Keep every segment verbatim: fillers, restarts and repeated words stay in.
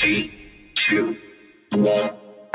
Three, two, one.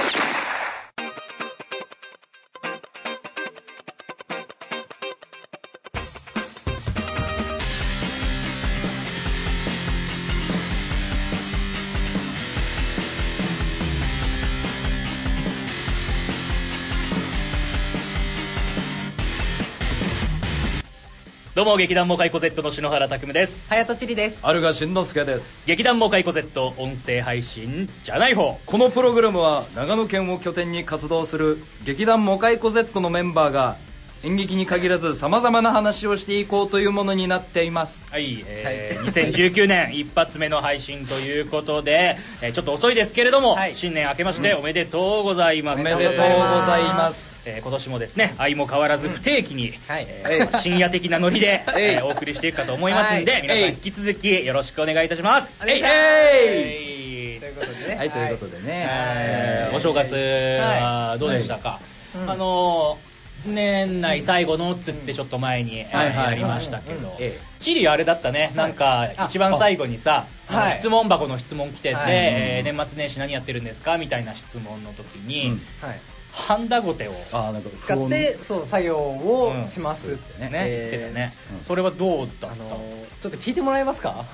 どうも劇団モカイコ Z の篠原拓夢です。 隼人千里です。 アルガしんのすけです。 劇団モカイコ Z 音声配信じゃない方。 このプログラムは長野県を拠点に活動する劇団モカイコ Z のメンバーが演劇に限らず様々な話をしていこうというものになっています。 はい、えーはい、にせんじゅうきゅうねん一発目の配信ということで、えー、ちょっと遅いですけれども、はい、新年明けましておめでとうございます。 おめでとうございます。 えー、今年もですね、相も変わらず不定期に、うんはいえー、深夜的なノリで、えー、お送りしていくかと思いますんで、はい、皆さん引き続きよろしくお願いいたします。 お願いします。 えー、 ということでね、 はい、ということでね、 えー、お正月はどうでしたか。はいはい、あのー年内最後のつってちょっと前にやりましたけど、チリあれだったね、なんか一番最後にさ、はい、質問箱の質問来てて、はいえー、年末年始何やってるんですかみたいな質問の時に、うんはい、ハンダゴテをあなんか使ってそう作業をしますってね、 うん、ね、言ってたね、うん、それはどうだった、あのー、 ちょっと聞いてもらえますか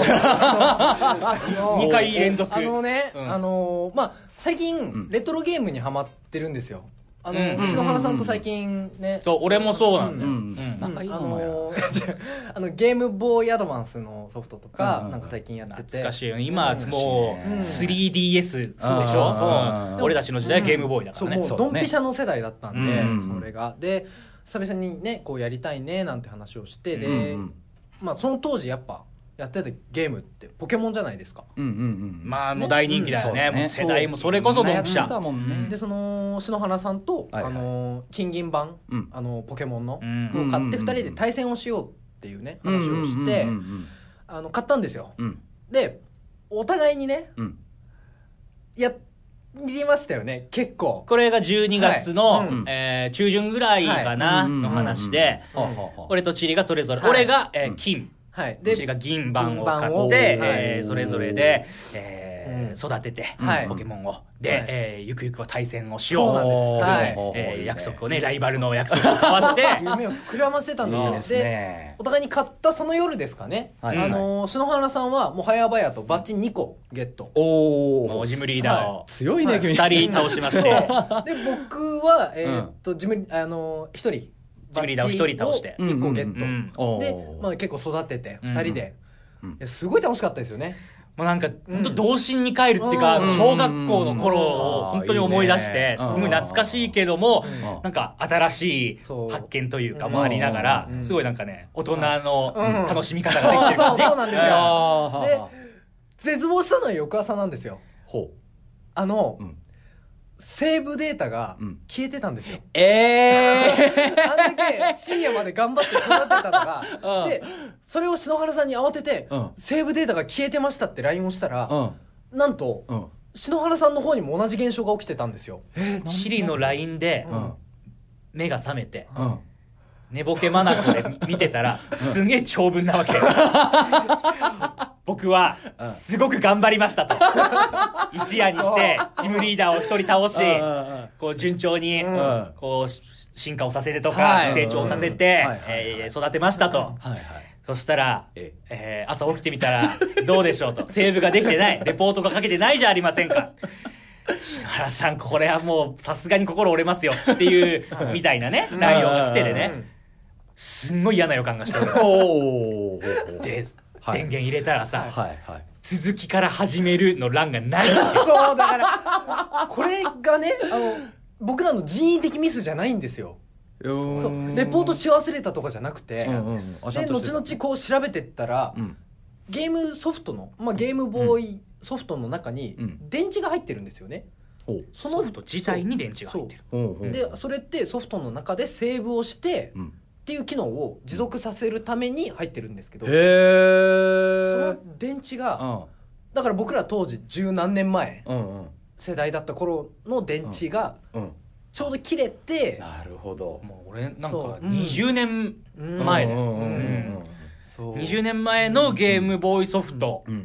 にかい連続あのね、うん、あのー、まあ最近レトロゲームにハマってるんですよ。あの、うん、篠原さんと最近ね、 そう俺もそうなんだよ、うんうんうん、仲いいのよあのゲームボーイアドバンスのソフトとか、うん、なんか最近やってて懐かしいよ今、うん、もう スリーディーエス でしょ、そう、俺たちの時代ゲームボーイだからね、 そう、もうドンピシャの世代だったんで、うん、それがで久々にねこうやりたいねなんて話をしてで、うん、まあその当時やっぱやってたゲームってポケモンじゃないですか。 うんうんうん。まあもう大人気だよね。うん、もう世代もそれこそドンピシャ。 もんね。でその篠原さんと、はいはい、あの金銀版、うん、あのポケモンの、うん、を買ってふたりで対戦をしようっていうね話をしてあの買ったんですよ。うん、でお互いにね、うん、やりましたよね結構。 これがじゅうにがつの、はいうんえー、中旬ぐらいかな、はい、の話で、俺とチリがそれぞれ、はい、俺が、えー、金。はい、で私が銀版を買って、えー、それぞれで、えーうん、育てて、はい、ポケモンをで、はいえー、ゆくゆくは対戦をしようなんです、はいえー、約束をねライバルの約束を交わして夢を膨らませたんですよ。ですね、でお互いに買ったその夜ですかね、はい、あのー、篠原さんはもう早々とバッチにこゲット、 うん、おおジムリーダーを、はい、 強いね、はい、 ふたり倒しましてで僕は、えー、っとジムあのー、ひとりジムリーダーをひとり倒していっこゲット、うんうん、で、まあ、結構育ててふたりで、うん、いやすごい楽しかったですよね。 もうなんか本当童心に帰るっていうか、うん、小学校の頃を本当に思い出して、うん、すごい懐かしいけども、うん、なんか新しい発見というかもありながら、うん、すごいなんかね大人の楽しみ方ができてる感じ。 そうなんですよ。で絶望したのは翌朝なんですよ。ほうあの、うんセーブデータが消えてたんですよ、うん、えーあんだけ深夜まで頑張って育てたのが、うん、でそれを篠原さんに慌てて、うん、セーブデータが消えてましたって ライン をしたら、うん、なんと、うん、篠原さんの方にも同じ現象が起きてたんですよ。 えー、チリの ライン で、うん、目が覚めて、うん寝ぼけまなこで見てたらすげえ長文なわけ僕はすごく頑張りましたと一夜にしてジムリーダーを一人倒しこう順調にこう進化をさせてとか成長させて育てましたと。そしたら、えー、朝起きてみたらどうでしょうとセーブができてないレポートが書けてないじゃありませんか篠原さんこれはもうさすがに心折れますよっていうみたいなね内容が来ててねすんごい嫌な予感がしてるで、はい、電源入れたらさ、はいはい、続きから始めるの欄がないんですよ。 そうだからこれがねあの僕らの人為的ミスじゃないんですよ。そうレポートし忘れたとかじゃなくて、うんうん、で後々こう調べてったら、うん、ゲームソフトの、まあ、ゲームボーイソフトの中に電池が入ってるんですよね、 うん、そのソフト自体に電池が入ってる。 でそれってソフトの中でセーブをして、うんっていう機能を持続させるために入ってるんですけど、へーその電池が、うん、だから僕ら当時十何年前、うんうん、世代だった頃の電池がちょうど切れて、 うんうん、なるほどもう俺なんかにじゅうねんまえでにじゅうねんまえのゲームボーイソフト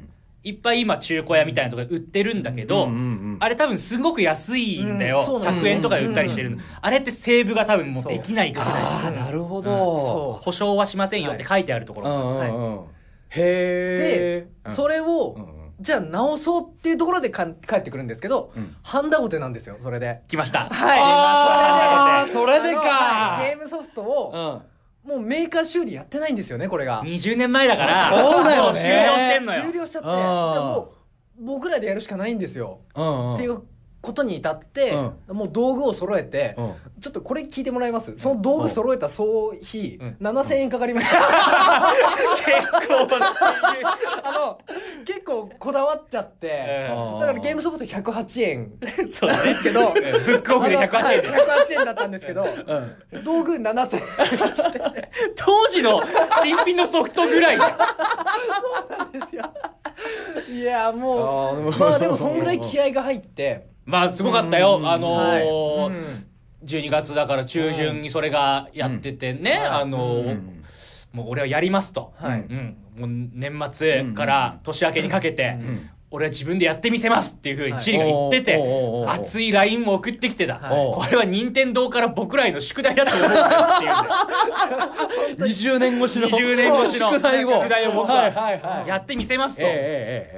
いっぱい今中古屋みたいなところで売ってるんだけど、うんうんうん、あれ多分すごく安いんだよ、うん、ひゃくえんとかで売ったりしてる、うんうん、あれってセーブが多分もうできないから、 ああなるほど、 うん、保証はしませんよって書いてあるところ、はいはい、 へえ。でそれを、うんうん、じゃあ直そうっていうところでか帰ってくるんですけど、うん、ハンダゴテなんですよ。それで来ました。 はい、 ああそれでかゲームソフトを、うん、もうメーカー修理やってないんですよね、これがにじゅうねんまえだから。 そうだよね、 終了してんのよ。 終了しちゃって、じゃあもう僕らでやるしかないんですよ、うんうん、っていうことに至って、うん、もう道具を揃えて、うん、ちょっとこれ聞いてもらえます？その道具揃えた総費、うん、ななせんえんかかりました、 うん、結構あの結構こだわっちゃって、うん、だからゲームソフトひゃくはちえんそうなんですけど、 ブックオフでひゃくはちえんでひゃくはちえんだったんですけど、うん、道具ななせんえん当時の新品のソフトぐらいそうなんですよ。いやもうまあでもそんぐらい気合が入ってまあすごかったよ、あのーはい、じゅうにがつだから中旬にそれがやっててね、うん、あのーうん、もう俺はやりますと、はい、うん、もう年末から年明けにかけて、うん、俺は自分でやってみせますっていう風にチリが言ってて、はい、熱い ライン も送ってきてた、はい、これは任天堂から僕らへの宿題だと思うんですっていうんでにじゅうねん越しのにじゅうねん越しの宿題を宿題を僕はやってみせますと、はいはいはい、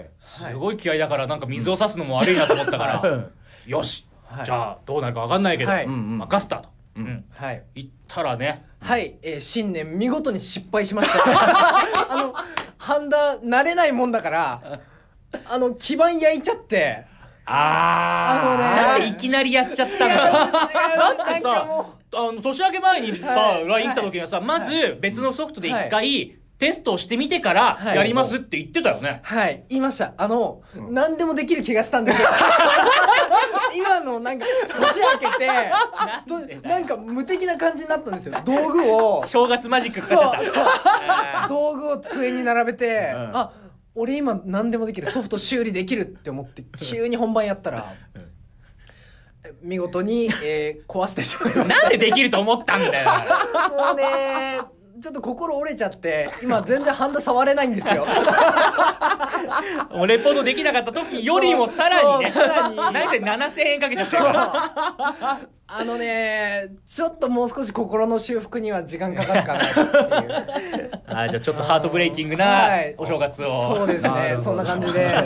すごい気合だからなんか水を差すのも悪いなと思ったから、うん、よし、はい、じゃあどうなるか分かんないけど、はい、任せたと、うんうん、はい、言ったらね、 はい、えー、新年見事に失敗しましたあのハンダ慣れないもんだからあの基板焼いちゃって、 あー、あのね、なんでいきなりやっちゃったのだってさ、あの年明け前にさ、はい、ライン 来た時にはさ、まず別のソフトで一回、はい、テストをしてみてからやりますって言ってたよね。 はい、はい、言いました。あの、うん、何でもできる気がしたんですよ今のなんか年明けてな, なんか無敵な感じになったんですよ。道具を正月マジックかかっちゃった道具を机に並べて、うん、あ、俺今何でもできる、ソフト修理できるって思って急に本番やったら、うん、見事に、えー、壊してしまいました。 なんでできると思ったんだよもうね、ちょっと心折れちゃって今全然ハンダ触れないんですよもうレポートできなかった時よりもさらにね、さらに何せななせんえんかけちゃってるからあのね、ちょっともう少し心の修復には時間かかるかなっていうあ、じゃあちょっとハートブレイキングなお正月を、 はい、そうですね、そんな感じで、はい、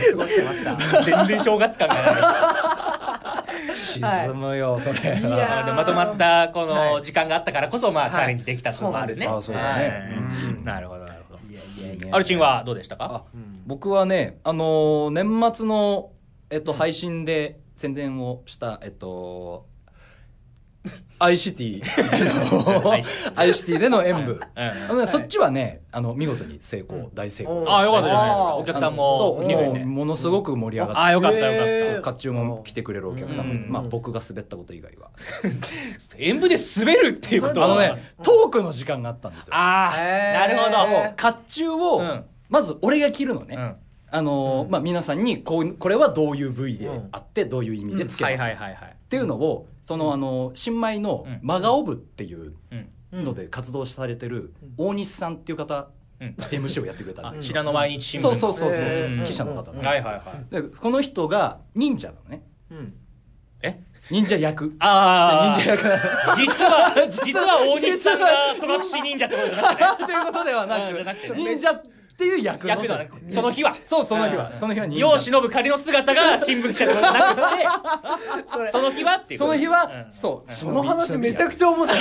過ごしてました全然正月感がない沈むよ、はい、それいやでまとまったこの時間があったからこそ、まあ、はい、チャレンジできたっていうのもあるね。 あ、そうだね、 うん、なるほどなるほど。いやいやいや、アルチンはどうでしたか？ うん、僕はね、あのー、年末の、えっと、配信で宣伝をした、えっとアイシティのアイシティでの演舞、はいはい、そっちはね、あの見事に成功、うん、大成功。 ああ、よかったですね。お客さんもそう、もうものすごく盛り上がって、 ああ、よかったよかった。 甲冑も来てくれるお客さんも、まあ僕が滑ったこと以外は演舞で滑るっていうことは、 あのね、トークの時間があったんですよ。 ああ、なるほど。 甲冑を、うん、まず俺が着るのね、うん、あのーうん、まあ皆さんにこう、これはどういう部位であって、うん、どういう意味でつけますっていうのを、その、あの新米の真顔部っていうので活動されてる大西さんっていう方、うん、エムシー をやってくれたんで、 信濃毎日新聞、 そうそうそうそう、記者の方、 はいはいはい。 でこの人が忍者なのね、うん、え忍者役。 ああ、 忍者役実は実は大西さんが戸隠忍者ってことじゃなくてねということではなく、忍者っていう役のその日はそうその日はその日は世を忍ぶ仮の姿が新聞記者ってことじゃなくてその日はっていうその日は、うん、そうその話めちゃくちゃ面白い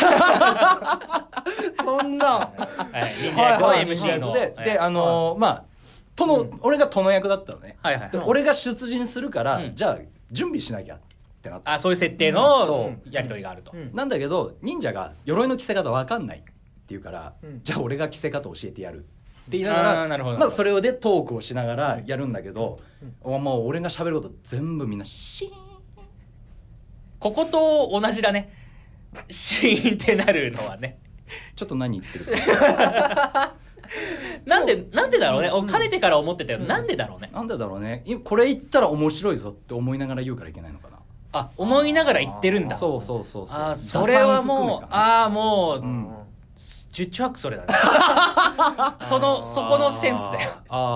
そんな忍者役の エムシー のでであのー、まあ殿、うん、俺が殿役だったのね、はいはい、で俺が出陣するから、うん、じゃあ準備しなきゃってなって、 あ、そういう設定のやり取りがあると、 うん、なんだけど忍者が鎧の着せ方分かんないっていうから、うん、じゃあ俺が着せ方教えてやるって言いながら、まずそれでトークをしながらやるんだけど、うん、もう俺が喋ること全部みんなシーン、 ここと同じだね、シーンってなるのはねちょっと何言ってるかなんでなんでだろうね、うん、かねてから思ってたよ、うん、なんでだろうねなんでだろうね、これ言ったら面白いぞって思いながら言うからいけないのかな。 あ、思いながら言ってるんだ。 そうそうそうそう。 あ、それはもう、ああもう、うん、十中八九それだねそのそこのセンスだよ。 あ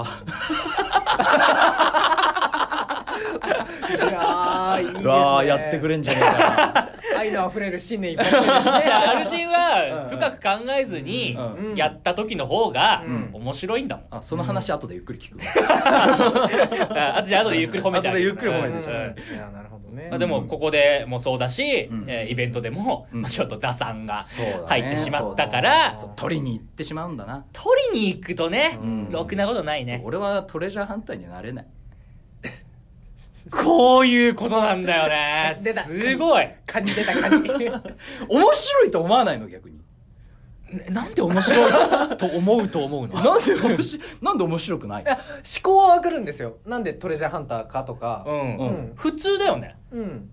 あいやーいいですね。 あやってくれんじゃねえかな。 愛のあふれる新年一発目ですね。 アルシンは深く考えずにやった時の方が面白いんだもん。 あその話後でゆっくり聞く。 あとじゃあ後でゆっくり褒めてあげる。 後でゆっくり褒めていやなるほどね。 でもここでもそうだし、 うんえーイベントでも、 うんまあちょっと打算がそうだね入ってしまったから、 そう取りに行ってしまうんだな。 取りに行くとね、 うんろくなことないね。 俺はトレジャーハンターにはなれない。 こういうことなんだよね。 出たすごい。 カニ出たカニ。 面白いと思わないの逆に。 なんで面白いと思うと思うの。 なんで面白いなんで面白くないいや思考はわかるんですよ。なんでトレジャーハンターかとか。 うん、 うん普通だよね。 うん。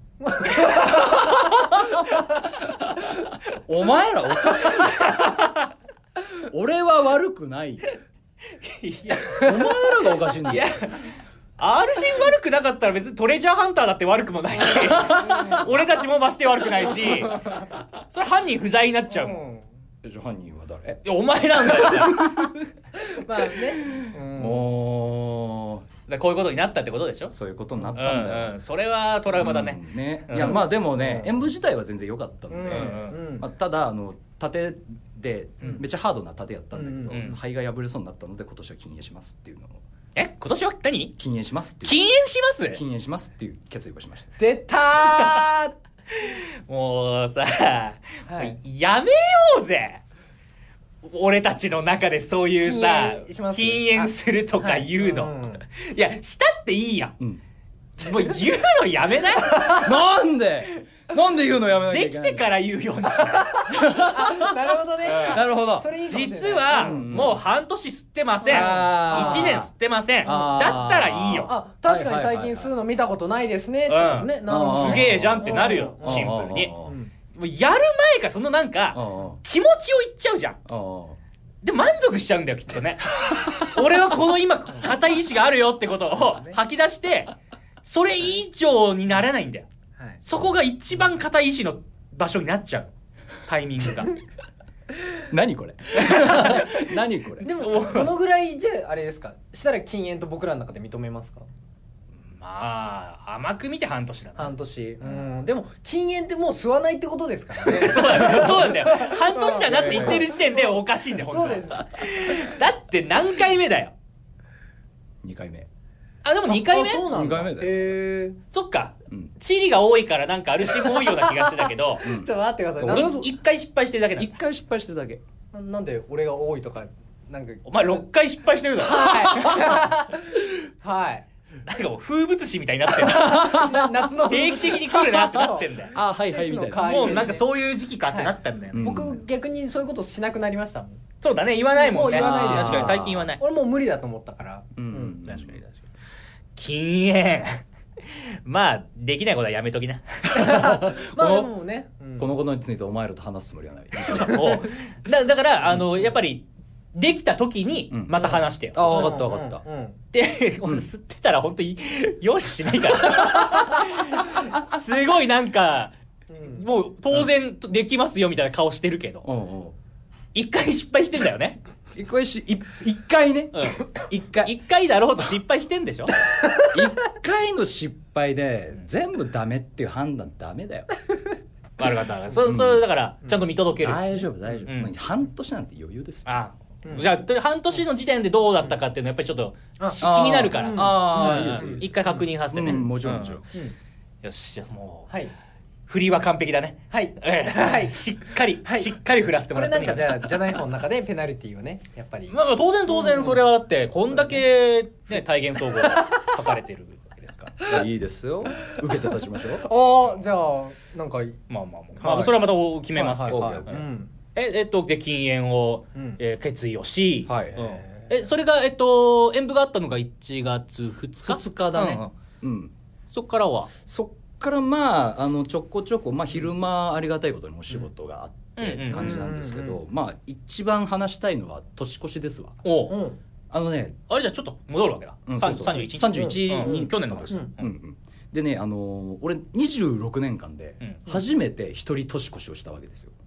お前らおかしいよ。俺は悪くないよ。 いやお前らがおかしいんだよ。 アールシン悪くなかったら別にトレジャーハンターだって悪くもないし俺たちもまして悪くないし、それ犯人不在になっちゃうもん、 うんじゃあ犯人は誰？ いやお前なんだよ。だかまあね。うんおーらこういうことになったってことでしょ。 そういうことになったんうだよ。 んうん、それはトラウマだね。 うんねうんいやまあでもね、 うん演舞自体は全然良かったので、 うんうんまあ、ただあの盾でうんめっちゃハードな盾やったんだけど、 うんうん肺が破れそうになったので今年は禁煙しますっていうのをえ今年は何禁煙しますっていう禁煙します禁煙しますっていう決意をしました。 出たー。 もうさ、 はいやめようぜ。俺たちの中でそういうさ禁煙します禁煙するとか言うの、 はいうんいやしたっていいやん。 うん、 もう言うのやめないなんでなんで言うのやめなきゃいできけないてから言うようにしない。 なるほどね。 なるほどそれいいかもしれない。 実はうんもう半年吸ってません、 あーいちねん吸ってません、 あーだったらいいよ。 あ、確かに最近吸うの見たことないですね。ってうんね、なるほどすげえじゃんってなるようんシンプルに。 あーうんもうやる前からそのなんかあー気持ちを言っちゃうじゃん。 あーで満足しちゃうんだよきっとね。俺はこの今固い意志があるよってことを吐き出してそれ以上にならないんだよ。 はいそこが一番固い意志の場所になっちゃうタイミングが。 何これ何これでそうも、このぐらいじゃあれですか、したら禁煙と僕らの中で認めますか？ まあ甘く見て半年だな。 半年。うん。でも、禁煙ってもう吸わないってことですからね。 そうだよそうなんだよ。半年だなって言ってる時点でおかしいんだよ本当は。 そうです。 だって何回目だよ。 にかいめあでもにかいめあそうなんだ。 二回目だよへー。 そっかうんチリが多いからなんかアルシンも多いような気がしてたけどちょっと待ってください。 うんなんい一回失敗してるだけだ一回失敗してるだけ。 ななんで俺が多いとか、なんか。 お前ろっかい失敗してるだろ。 はい。はい。 なんかもう風物詩みたいになってる。 な夏の定期的に来るなってなってんだよ。 あはいはいみたいな。 もうなんかそういう時期かってなったんだよ、 うん僕逆にそういうことしなくなりましたもん。 そうだね言わないもんね。 もう言わないです確かに最近言わない。 俺もう無理だと思ったから。 うん確かに確かに。禁煙。まあできないことはやめときな。 まあでこのもね。うんこのことについてお前らと話すつもりはない。 もうだだからあのやっぱりできた時にまた話してよ。 あ分かった分かった。 うんうんで、俺吸ってたら本当によししないから。すごいなんかうんもう当然できますよみたいな顔してるけど、 うんうん。 一回失敗してんだよね。 一回しい一回ね。 うん。 一回一回だろうと失敗してんでしょ。 一回の失敗で全部ダメっていう判断ダメだよ。 悪かった。そ、それだからちゃんと見届ける。 大丈夫大丈夫。 うんもう半年なんて余裕ですよ。 あうんじゃあ半年の時点でどうだったかっていうのはやっぱりちょっとあ気になるからうんさ。 あうんいいですいいです一回確認させてね。 うんもちろんもちろんううんよし、じゃあもうはい振りは完璧だね。 はいええはいしっかり、 はいしっかり振らせてもこらったれなんかじゃあじゃない方の中でペナルティーをねやっぱりまあ当然当然それはだってこんだけね体現総合書かれてるわけですからいいですよ。受けて立ちましょう。 ああじゃあなんかまあまあまあ、まあ、 はいそれはまた決めますけど、 はいはいうんうんええっとで禁煙を、 うんえー決意をし、 はいうんえそれがえっと演舞があったのがいちがつふつかふつかだねうんうんうん。 そっからはそっからまああのちょこちょこまあ昼間ありがたいことにお仕事があってって感じなんですけうんうんど、まあ一番話したいのは年越しですわ。 おう、 うんあのね、 あれじゃあちょっと戻るわけだ、 うんさんそうそうさんじゅういちさんじゅういちうんに去年の年、 うんうんうん。でねあのー俺にじゅうろくねんかんでうん初めて一人年越しをしたわけですよ。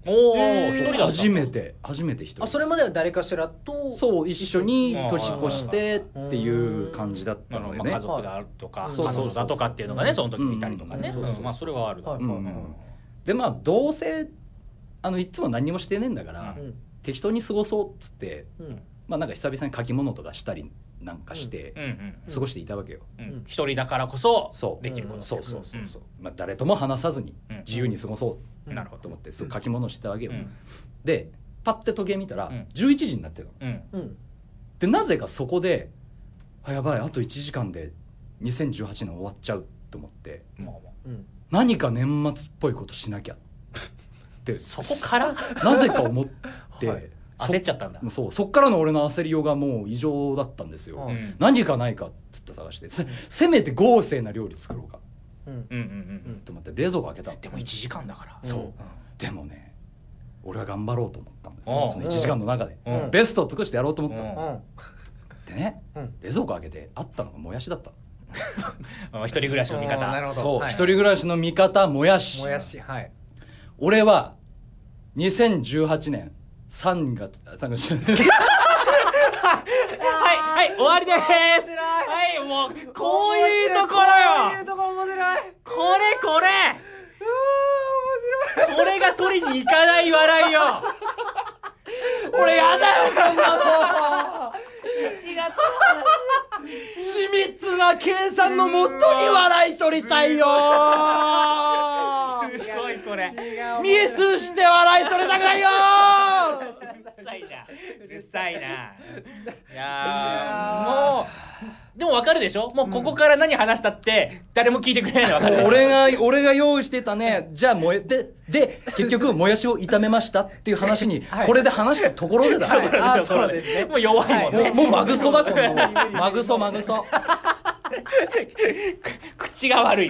おお、 えー一人だった初めて初めて一人。 あ、それまでは誰かしらと。 そう一緒に年越してっていう感じだったのでね。 まあ家族だとかうん彼女だとかっていうのがねその時見たりとかねうんうんまあそれはあるだろうはいはいはいうんでまあどうせあのいつも何にもしてねえんだから、 うん適当に過ごそうっつって、 うんまあなんか久々に書き物とかしたりなんかしてうんうん過ごしていたわけよ。 ううんん一人だからこそそうできることそうそうそうそう、まあ、誰とも話さずにうん自由に過ごそううんなるほどと思ってすぐ書き物してたわけよ、 うんでパッて時計見たらうんじゅういちじになってたのうんうんでなぜかそこであやばいあといちじかんでにせんじゅうはちねん終わっちゃうと思ってまあまうん何か年末っぽいことしなきゃってあそこからなぜか思って、 はい焦っちゃったんだそそうそっからの俺の焦りようがもう異常だったんですよ、 うんうん何かないかっつって探してせせめて豪勢な料理作ろうかうんうんうんうんと思って冷蔵庫開けたのでもいちじかんだからそう、 うんでもね俺は頑張ろうと思ったんだうんよそのいちじかんの中で、 うんベストを尽くしてやろうと思ったの、 うんでね、 うん冷蔵庫開けてあったのがもやしだったあ一人暮らしの味あーなる方ほどそう、 はい一人暮らしの味方もやしもやし、はい。 俺はにせんじゅうはちねんさんがつさんがつはいはい終わりでーすはいもうこういうところこういようところ面白い。 これこれこれが取りに行かない笑いよ俺やだよこんなの緻密な計算のもとに笑い取りたいよすごいこれミスして笑い取りたくないようるさいなうるさいないやーもうでも分かるでしょもうここから何話したって誰も聞いてくれないの分かるでしょ俺が俺が用意してたねじゃあもえでで結局もやしを炒めましたっていう話にはいこれで話したところでだ、 はいあそうですねもう弱いもんね、 もうマグソだこんなもんマグソマグソ口が悪いい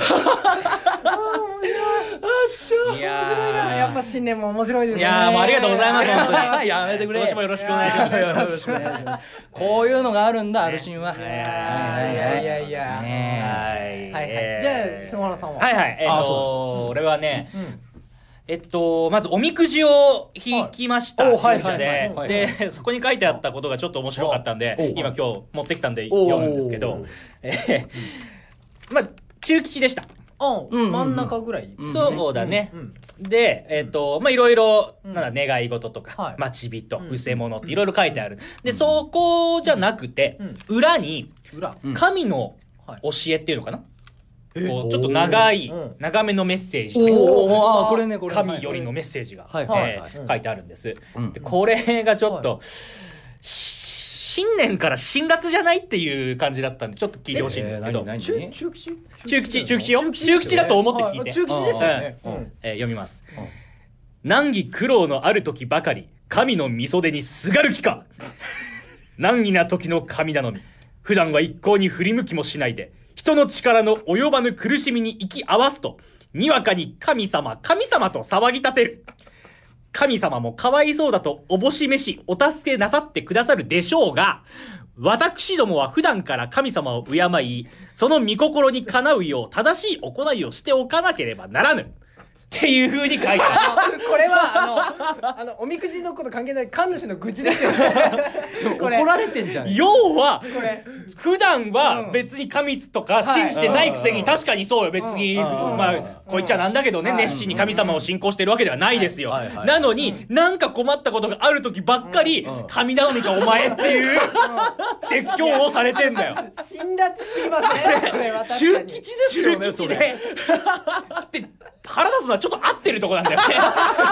やーやっぱ新年も面白いですね。 いやーもうありがとうございます本当にやめてくれ今年もよろしくお願いしますよろしくお願いしますこういうのがあるんだアルシンは、 いいやいやいやいや。 はいはいはい。じゃあ篠原さんは。 はいはいえっあそと俺はねうん。 えっとまずおみくじを引きましたはいおはい神社ではいはいはいでそこに書いてあったことがちょっと面白かったんおで今今日持ってきたんでお読むんですけどえーまあ中吉でしたあ、 うん真ん中ぐらい。 そうだねうんで、えっ、と、まあ、いろいろ、 うんなんだ、願い事とか、 はい待ち人、 うんうせ者っていろいろ書いてある。で、そこじゃなくて、 うん裏に、 裏。 うん神のはい教えっていうのかな、 えこうちょっと長い、 うん長めのメッセージおがおあこれねこれ神よりのメッセージが、 はいえはいはいー書いてあるんです。 うんでこれがちょっと、 はし新年から新月じゃないっていう感じだったんで、ちょっと聞いてほしいんですけど、 えー何中何中吉中吉、中吉よ。中です吉だと思って聞いて。 はい中吉ですよね。 うんうんえー読みますうん。 難儀苦労のある時ばかり、神の御袖にすがる気か。難儀な時の神なのに、普段は一向に振り向きもしないで、人の力の及ばぬ苦しみに行き合わすと、にわかに神様、神様と騒ぎ立てる。神様もかわいそうだとおぼしめし、お助けなさってくださるでしょうが、私どもは普段から神様を敬い、その御心にかなうよう正しい行いをしておかなければならぬ。っていう風に書いてある。 これはあのあのおみくじのこと関係ない神主の愚痴ですよね。これ怒られてんじゃん要は、 これ普段は別に神とか信じてないくせに、確かにそうよ、別に、 うんまあ、こいつはなんだけどね、 うん熱心に神様を信仰してるわけではないですよはいはい。 なのに、なんか困ったことがある時ばっかりうん、 神頼みかお前っていう説教をされてんだよ。 辛辣すぎますね。それは確かに中吉ですよね中吉で。で、腹立つのはちょっと合ってるとこなんだよね。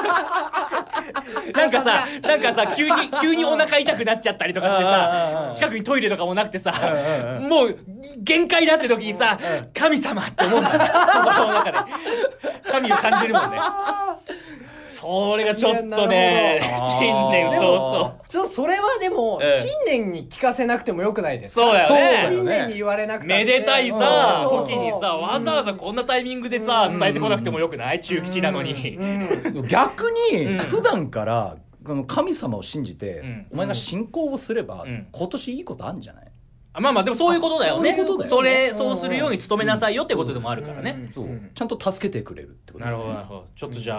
なんかさ、なんかさ、急に、急にお腹痛くなっちゃったりとかしてさ、近くにトイレとかもなくてさ、もう、限界だって時にさ、神様って思うんだね。心の中で。神を感じるもんね。それがちょっとね、 いや新年早々。 ちょそれはでも、 うん新年に聞かせなくてもよくないですか。 そうだよね新年に言われなくてめでたいさ、 うん時にさ、わざわざこんなタイミングでさ、伝えてこなくてもよくない中吉なのに。 うん逆にうん普段からこの神様を信じて、 うんお前が信仰をすれば、 うん今年いいことあるんじゃない、 まあまあ、でもそういうことだよね。 そういうことだよねそれ、そうするように努めなさいよってことでもあるからね。 そううんちゃんと助けてくれるってことなるほど、なるほど。ちょっとじゃあ、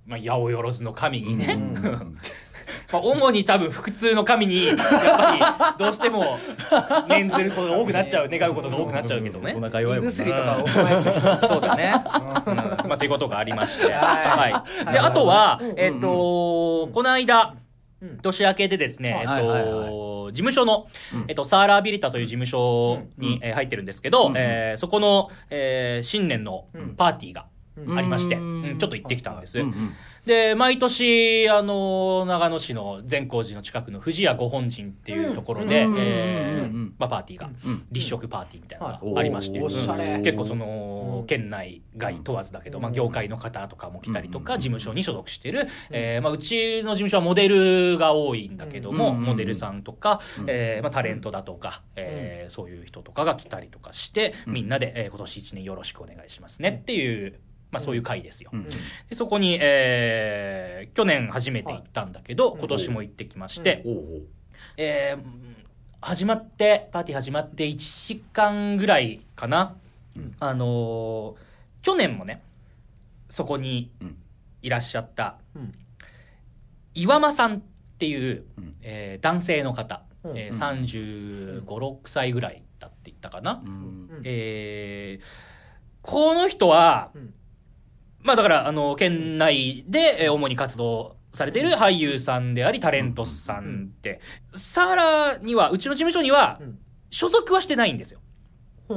まあ、八百万の神にね、うんまあ、主に多分腹痛の神にやっぱりどうしても念ずることが多くなっちゃう願うことが多くなっちゃうけどね、 お腹弱いもん胃薬とかお供えしてきたそうだね、うんまあ、っていうことがありまして、はい、であとは、えっとこの間年明けでですね、えっと事務所の、えっと、サーラービリタという事務所に、えー、入ってるんですけど、えー、そこの、えー、新年のパーティーがありまして、うんうん、ちょっと行ってきたんです、うんうんで毎年あの長野市の善光寺の近くの富士屋御本陣っていうところで、うんえーまあ、パーティーが、うん、立食パーティーみたいなのがありまして、うん、結構その、うん、県内外問わずだけど、まあ、業界の方とかも来たりとか、うん、事務所に所属してる、うんえーまあ、うちの事務所はモデルが多いんだけども、うん、モデルさんとか、うんえーまあ、タレントだとか、えー、そういう人とかが来たりとかしてみんなで、えー、今年一年よろしくお願いしますねっていうまあ、そういう会ですよ、うん、でそこに、えー、去年初めて行ったんだけど、はい、今年も行ってきまして、うんえー、始まってパーティー始まっていちじかんぐらいかな、うん、あのー、去年もねそこにいらっしゃった、うん、岩間さんっていう、うんえー、男性の方、うんえー、さんじゅうご、ろくさいぐらいだって言ったかな、うんえー、この人は、うんまあだから、あの、県内で主に活動されている俳優さんであり、タレントさんで、さらには、うちの事務所には、所属はしてないんですよ。うん。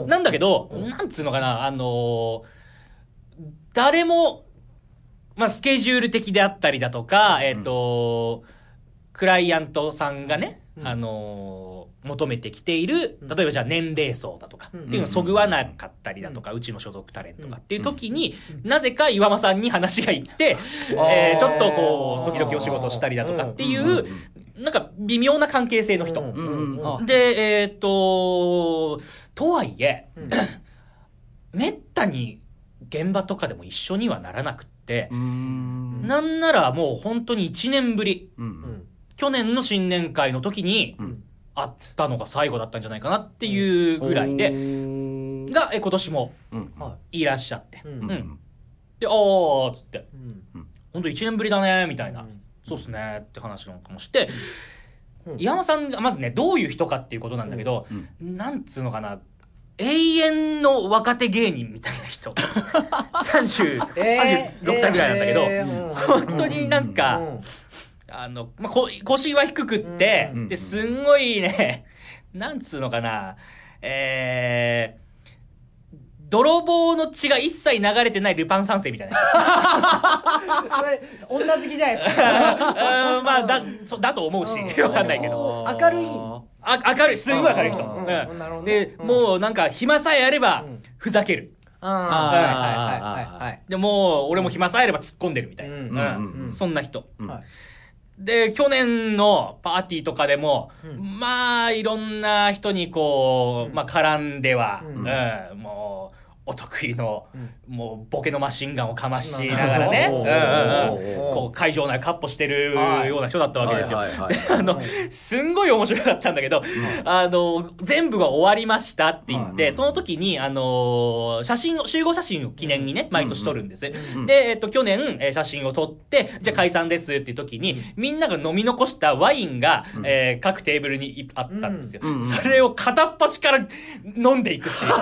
なんだけど、なんつうのかな、あの、誰も、まあスケジュール的であったりだとか、えっと、クライアントさんがね、あのー、求めてきている例えばじゃあ年齢層だとかっていうのをそぐわなかったりだとか、うちの所属タレントがっていう時になぜか岩間さんに話がいって、えー、ちょっとこう時々お仕事したりだとかっていうなんか微妙な関係性の人でえー、っととはいえめったに現場とかでも一緒にはならなくってなんならもう本当にいちねんぶり、うんうん去年の新年会の時に会ったのが最後だったんじゃないかなっていうぐらいで、うん、がえ今年もいらっしゃって、うんうん、であーっつって、うん、本当いちねんぶりだねみたいな、うん、そうっすねって話なんかもして、うん、岩間さんがまずねどういう人かっていうことなんだけど、うん、なんつうのかな永遠の若手芸人みたいな人さんじゅう、えー、さんじゅうろくさいぐらいなんだけど、えー、本当になんか、うんあの、まあ、こ腰は低くって、うん、で、すんごいね、なんつうのかな、えー、泥棒の血が一切流れてないルパン三世みたいな。 これ、女好きじゃないですか。 うん、まあ、だ、そだと思うし、わかんないけど。 明るいあ、明るい、すんごい明るい人。うん、で、うん、もうなんか、暇さえあれば、ふざける。あはいはいはいはい。で、もう、俺も暇さえあれば突っ込んでるみたいな。うんうんうん、そんな人。うんはいで、去年のパーティーとかでも、うん、まあ、いろんな人にこう、うん、まあ、絡んでは、うんうん、もう、お得意の、うん、もう、ボケのマシンガンをかましながらね、うんうん、こう、会場内カッポしてるような人だったわけですよ。はいはいはいはい、あの、すんごい面白かったんだけど、うん、あの、全部が終わりましたって言って、うん、その時に、あの、写真を、集合写真を記念にね、毎年撮るんです。うん、で、えっと、去年、えー、写真を撮って、じゃあ解散ですっていう時に、みんなが飲み残したワインが、うん、えー、各テーブルにあったんですよ。うん、それを片っ端から飲んでいくっていう。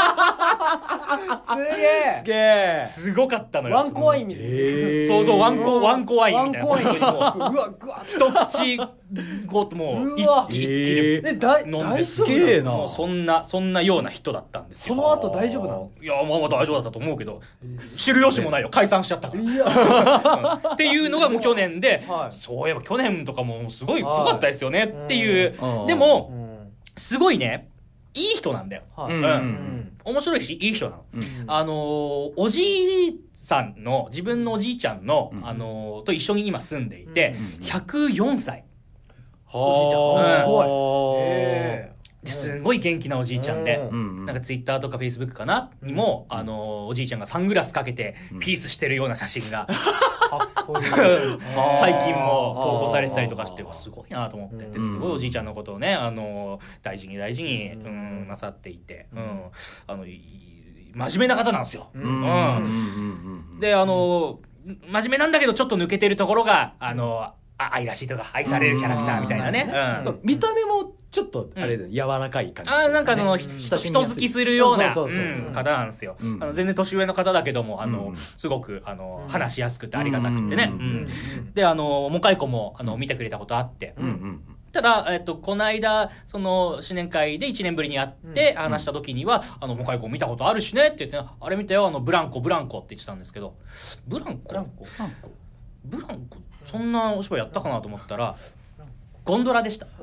すげえすげえすごかったのよ。 ワンコワインみたいな、えー、そうそうワンコワンコワインみたいな。ワンコワインうわぐわ一口ごともう一気一気で飲んで、 すげえな。 もうそんなそんなような人だったんですよ。 その後大丈夫なの？ いやまあまあ大丈夫だったと思うけど、知る由もないよ、解散しちゃったから。いやっていうのがもう去年で、はい、そういえば去年とかもすごいすごかったですよねっていう。でもすごいね。いい人なんだよ。はい、うん、うん。面白いし、いい人なの。うん、あのー、おじいさんの、自分のおじいちゃんの、うん、あのー、と一緒に今住んでいて、うん、ひゃくよんさい。おじいちゃん。すごい。へー。すんごい元気なおじいちゃんで、うん、なんかツイッターとかフェイスブックかな、うん、にも、あのー、おじいちゃんがサングラスかけて、ピースしてるような写真が、最近も投稿されてたりとかして、すごいなと思ってて、すごいおじいちゃんのことをね、あの大事に大事に、うん、なさっていて、うん、あの真面目な方なんですよ。うんうん、であの真面目なんだけどちょっと抜けてるところがあのあ愛らしいとか愛されるキャラクターみたいなね、うん、 見た目もちょっとあれで、うん、柔らかい感じ、ね、 あなんかあの、うん、人好きするような方なんですよ、うん、あの全然年上の方だけどもあの、うん、すごくあの、うん、話しやすくてありがたくてね、うんうんうん、であのもかいこもあの見てくれたことあって、うんうん、ただ、えっと、この間その新年会でいちねんぶりに会って話した時には、うん、あのもかいこ見たことあるしねって言ってあれ見たよあのブランコブランコって言ってたんですけどブランコブランコブランコブランコそんなお芝居やったかなと思ったらゴンドラでした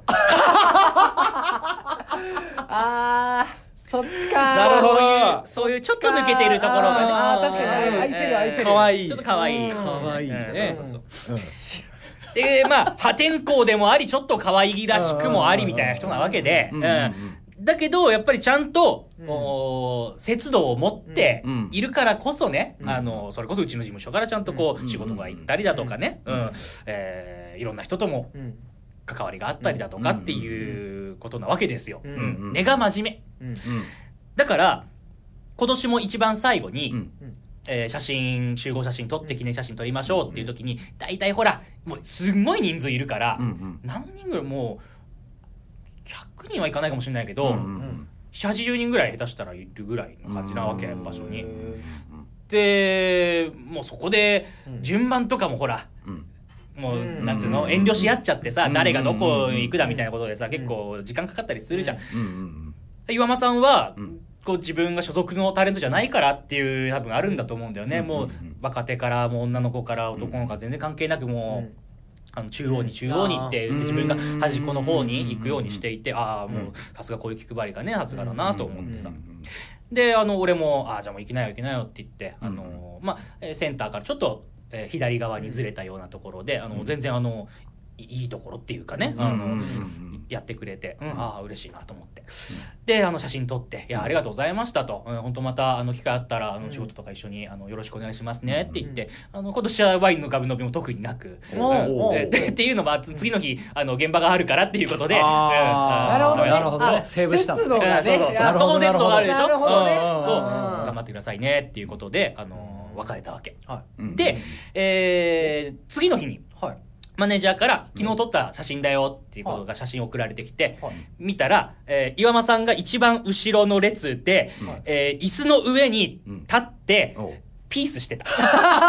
あーそっちかなるほどそういうちょっと抜けてるところがねあー確かに愛せる愛せるかわいいちょっとかわいいかわいいねそうそうそうでまあ破天荒でもありちょっと可愛らしくもありみたいな人なわけでだけどやっぱりちゃんと、うん、お節度を持っているからこそね、うん、あのそれこそうちの事務所からちゃんとこう、うん、仕事が行ったりだとかね、うんうんえー、いろんな人とも関わりがあったりだとかっていうことなわけですよ、うんうん、根が真面目、うんうん、だから今年も一番最後に、うんえー、写真集合写真撮って記念写真撮りましょうっていう時に大体ほらもうすんごい人数いるから、うんうん、何人ぐらいもうひゃくにんはいかないかもしれないけど、うんうん、ななじゅう、はちじゅうにんぐらい下手したらいるぐらいの感じなわけ、場所に。で、もうそこで順番とかもほら、うん、もうなんつうの遠慮し合っちゃってさ、うん、誰がどこ行くだみたいなことでさ、結構時間かかったりするじゃん。うんうん、岩間さんは、うんこう自分が所属のタレントじゃないからっていう多分あるんだと思うんだよね、うんうんうん、もう若手からもう女の子から男の子から全然関係なくもう、うんあの中央に中央にって言って自分が端っこの方に行くようにしていてああもうさすがこういう気配りがねさすがだなと思ってさであの俺もああじゃあもう行きなよ行きなよって言ってあのまあセンターからちょっと左側にずれたようなところであの全然あのいいところっていうかねあのやってくれて、うん、ああ嬉しいなと思って、うん、であの写真撮っていやありがとうございましたと、うん、本当またあの機会あったらあの仕事とか一緒にあのよろしくお願いしますねって言って、うん、あの今年はワインのガブ飲みも特になく、うん、でっていうのは次の日あの現場があるからっていうことで、うん、 なるほどねなるほどねセーブした節度がね、 そうそうそうそこの節度があるでしょなるほどね、 うん、そう頑張ってくださいねっていうことであの別れたわけ、はい、で、えー、次の日に、はいマネージャーから昨日撮った写真だよっていうことが写真送られてきて、はい、見たら、えー、岩間さんが一番後ろの列で、はいえー、椅子の上に立って、うん、ピースしてた。か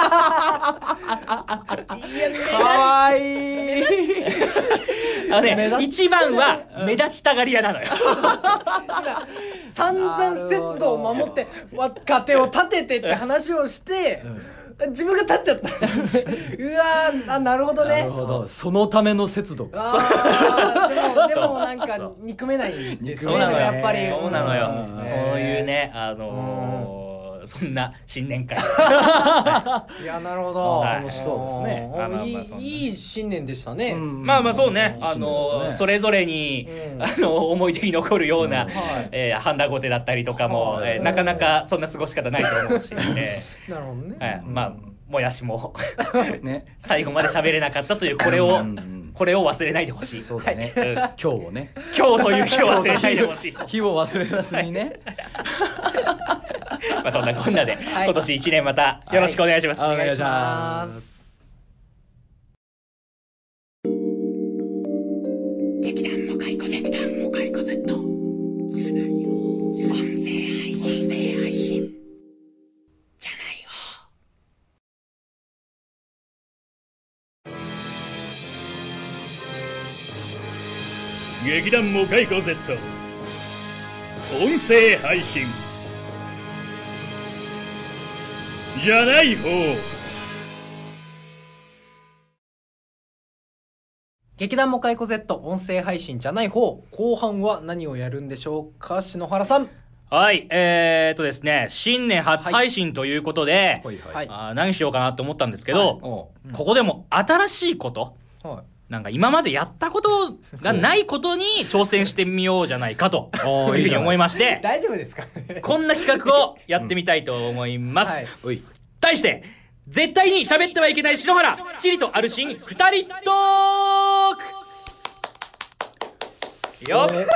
わいい。 あのね、一番は目立ちたがり屋なのよ。 散々節度を守って若手を立ててって話をして、うん自分が立っちゃったうわーあなるほどねなるほどそのための節度あでもでもなんか憎めないですねやっぱりそうなのよそういうねあのーそんな新年会いやなるほど楽しそうですねあまあまあいいいい新年でしたね、うん、 まあまあそうねあのー、それぞれに、うん、あの思い出に残るような、うんはいえー、ハンダゴテだったりとかも、はいえー、なかなかそんな過ごし方ないと思うし、えー、なるほどね、 えー、まあもやしもね最後まで喋れなかったというこれをこれを忘れないでほしいそうだね、はい、今日をね今日という日を忘れないでほしい日を忘れなずにねまあそんなこんなで、はい、今年いちねんまたよろしくお願いします、 はい、お願いします劇団モカイコゼットモカイコゼットじゃないよ音声配信音声配信じゃないよ劇団モカイコゼット音声配信じゃない方劇団モカイコ Z 音声配信じゃない方後半は何をやるんでしょうか篠原さんはいえー、っとですね新年初配信ということで、はいはい、あ何しようかなと思ったんですけど、はいうん、ここでも新しいこと、はいなんか今までやったことがないことに挑戦してみようじゃないかというふうに思いまして大丈夫ですかこんな企画をやってみたいと思います、うんはい、題して絶対に喋ってはいけない篠原チリとアルシン二人トークよっ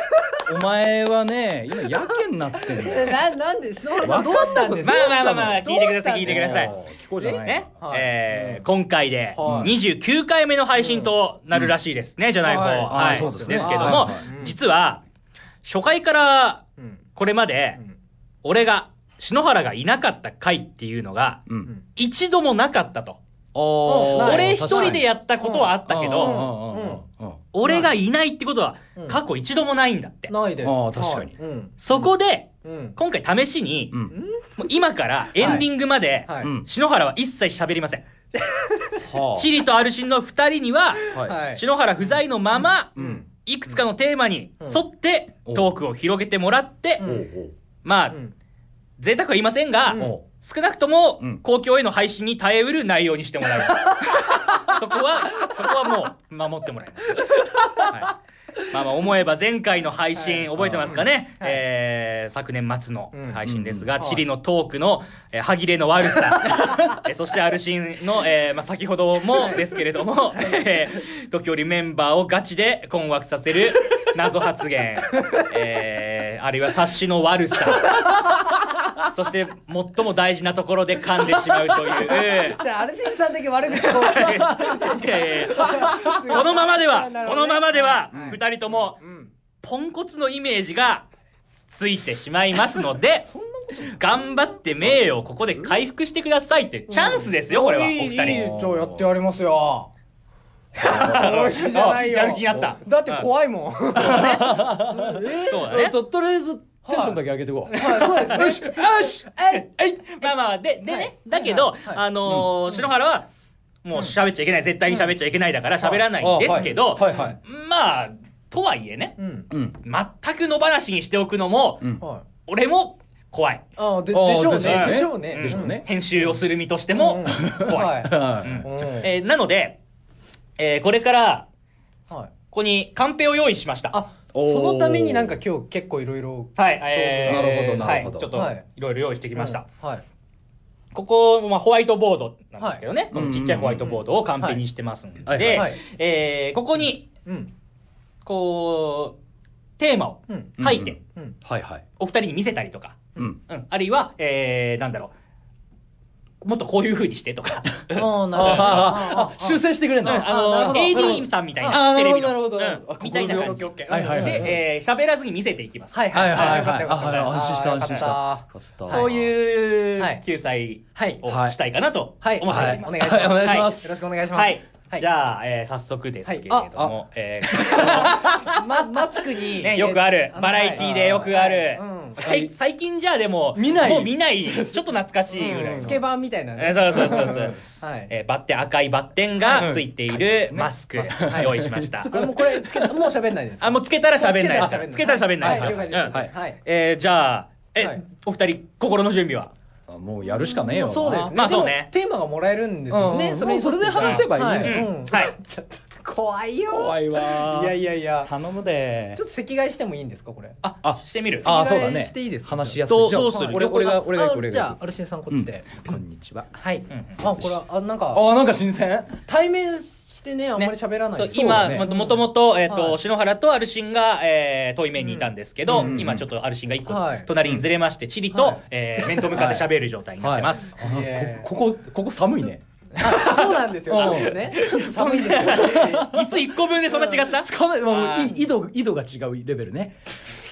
お前はね今やけになってんだよ。 ななんで篠原さんどうしたんですか。 まあまあまあまあ聞いてください聞いてください。 聞こうじゃないね、 はいえーうん今回ではいにじゅうきゅうかいめの配信となるらしいですね、じゃない方。 はいはい。 あそうですねですけども、 はいはい実は初回からうんこれまでうん俺が篠原がいなかった回っていうのがうん一度もなかったと。 おー俺一人でやったことはあったけうんど、 うんうんうん俺がいないってことはうん過去一度もないんだって。 ないです。 あー確かにはいうんそこでうん今回試しにうんもう今からエンディングまではいうん篠原は一切喋りません。 はあチリとアルシンの二人にははいはい篠原不在のままうんいくつかのテーマに沿ってうんトークを広げてもらって、 うんおうまあ、 うん贅沢は言いませんが、 うんおう少なくともうん公共への配信に耐えうる内容にしてもらいます。そこは、そこはもう守ってもらいます。はい、まあまあ思えば前回の配信、 はい覚えてますかね、 はいえー昨年末の配信ですが、 うんチリのトークの、えー歯切れの悪さ、えーそしてアルシンの、えーまあ、先ほどもですけれども、えー時折メンバーをガチで困惑させる謎発言、えーあるいは察しの悪さ、そして最も大事なところで噛んでしまうという。 じゃあアルシンさんだけ悪口をいやいやいやこのままでは、 なるほどねこのままでははい二人ともうんポンコツのイメージがついてしまいますので、頑張って名誉をここで回復してくださいっていうチャンスですよ、これは、おいいいい二人。 じゃあやってやりますよ。おいしいじゃないよ。 やる気になった。 だって怖いもん。 そうだね。 ととりあえずテンションだけ上げてこう。 はい、そうですね。 よしええいまあまあ、で、ではいね、だけどはい、はいあのー、篠原は、もう喋っちゃいけない、絶対に喋っちゃいけないだから喋らないんですけど、 はいはい。 まあ、とはいえね、 うん。 うん。 全く野放しにしておくのも、 うん。 はい。 俺も怖い。 ああ、で、 ああでしょうですよねね。でしょうね。 でしょうね編集をする身としてうん。 もうん怖い。 はい。 はい。 うんうんえーなので、えーこれから、 はい。 ここにカンペを用意しました。 あ、 おーそのためになんか今日結構いろいろ。 はい、えーなるほどなるほどはい、ちょっとはいいろいろ用意してきました。 はい。 ここ、まあ、ホワイトボードなんですけどね、 はいこのちっちゃいホワイトボードをカンペにしてますんで、 はいはいえーここに、 うん。 こう、テーマをうん。 書いて、 うん。 はいはい。 お二人に見せたりとか、 うん。 うん、あるいは、えー、なんだろう、もっとこういう風にしてとか、 ああ、なるほど。 ああ、修正してくれんうん、 だ。 あの、 あなるほどエーディー さんみたいあな、 なるほどテレビの、 なるほどなるほどうんみたいな感じ。 はいはいはいで、えー、喋らずに見せていきます。 はいはいはい。よかったよかった。 はいはい安心した安心したあよかったはそういうはい救済はい。 をしたいかなとはい。 思っております。 はいお願いします。 はいお願いしますよろしくお願いします。 はい。 はいじゃあ、えー、早速ですけれども、えーま、マスクに。 ね、よくある。 のバラエティーでよくあるはいうん。 さい最近じゃあでも、 見ないもう見ない。ちょっと懐かしいぐらいの。 スケバンみたいなね。 えーそうそうそうそう。 はい。 えーバッテン、赤いバッテンがついているマスクはい用意しました。 あもうこれつけもう喋んないですか。 あ、もうつけたら喋んないですつけたら喋んないつけたら喋んないですはいよ。うん了解です了解ですはいえーじゃあ、えはい、 お二人、心の準備はあもうやるしかねえよな。 そうですね。 まあそうねでもテーマがもらえるんですよね。 うんうんそれにもうそれで話せばいいねはうんうんはい。 ちょっと怖いよ。 怖いわ。 いやいやいや。 頼むでちょ。っと席替えしてもいいんですかこれ。 あ、 あしてみる。 あ、そうだね。 していいですか話しやすい。じゃあどうどうする俺俺が俺が行くあ俺が行じゃあアルシンさんこっちで。 く。こんにちは。 はい。 んあこれあなんかあ、なんか新鮮。 対面してねあんまり喋らない。 と今、 そうだねもともと、えっ、と、 はい篠原とアルシンが、えー、遠い面にいたんですけど、 うんうん今ちょっとアルシンが一個はい隣にずれまして、チリと、 はいえー、面と向かって喋る状態になってます。 あいえこここここ寒いね。 あそうなんですよ。 うんちょっとねちょっと寒いんですよ。 椅子一個分でそんな違ったつかめもうあーい井戸井戸が違うレベルね。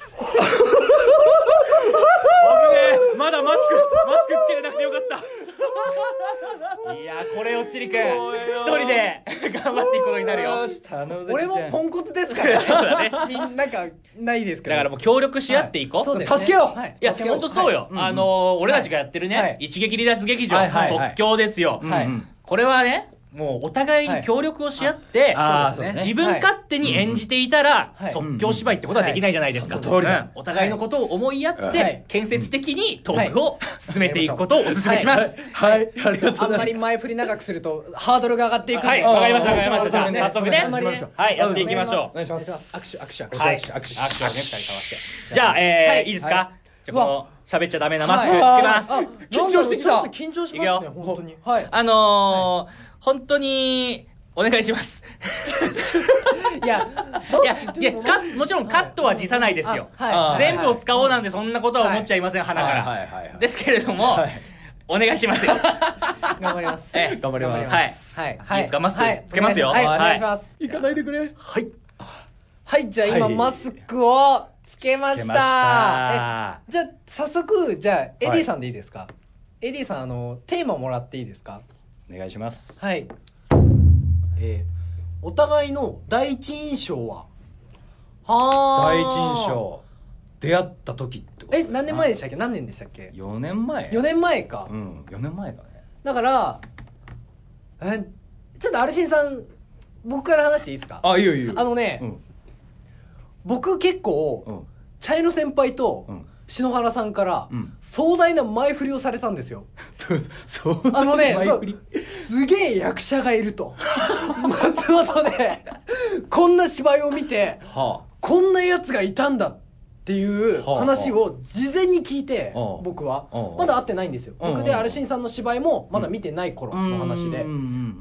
危ねえまだマスク、マスクつけてなくてよかった。いやー、これをチリくん、一人で頑張っていくことになるよ。 し頼むぜ俺もポンコツですから。 そうだね。 みんなんかないですけど。 だからもう協力し合っていこう。 そうですね助けようはいいや、 助けよほんとそうよ。 はいあのー、俺たちがやってるね、 はい一撃離脱劇場、 はいはいはい即興ですよ。 はいうんこれはね、もうお互いに協力をし合って、 あーそうですね自分勝手に演じていたら、 はい即興芝居ってことはできないじゃないですか。 はいその通りだうんお互いのことを思いやって、 はい建設的にトークを進めていくことをお勧めします。 はいありがとうあんまございます。 り前振り長くするとハードルが上がっていくんで。 はい、わかりました、わかりました。じゃあ、 ね早速ね、 あんまりねはい、やっていきましょお願いします。 握手握手握手。 はい、 握手握手をね、二人交わして。じゃあ、えー、 はいいいですかはじゃあ、この、喋っちゃダメなマスクつけはいます。 あ緊張してきたちょっと緊張しますねいくよ本当に。はい。 あのー、本当に、 お願いします。 いやいやいやカもちろんカットは辞さないですよ、はいはい、全部を使おうなんてそんなことは思っちゃいません、はい、鼻から、はいはいはいはい、ですけれども、はい、お願いしますよ。 頑張ります。 え頑張ります。 はい、はい、いいですか、マスクつけますよ。 はい、お願いします。 行かないでくれ。はい。 はい、じゃあ今マスクをつけました。え、じゃあ早速じゃあエディさんでいいですか。はい、エディさん、あのテーマもらっていいですか。 お願いします。 はい。えー、お互いの第一印象は。 はあ。第一印象。出会った時ってこと。 え、何年前でしたっけ？何年でしたっけ？ よねんまえ。 よねんまえか。 うん、よねんまえだね。 だからえちょっとアルシンさん、僕から話していいですか。 あ、いいよいいよ。 あのね、うん、僕結構、うん、茶色先輩と、うん、篠原さんから、うん、壮大な前振りをされたんですよ。あのね、すげえ役者がいると松本でこんな芝居を見て、はあ、こんなやつがいたんだっていう話を事前に聞いて、はあ、僕は、はあ、まだ会ってないんですよ。はあ、僕でアルシンさんの芝居もまだ見てない頃の話で、うん、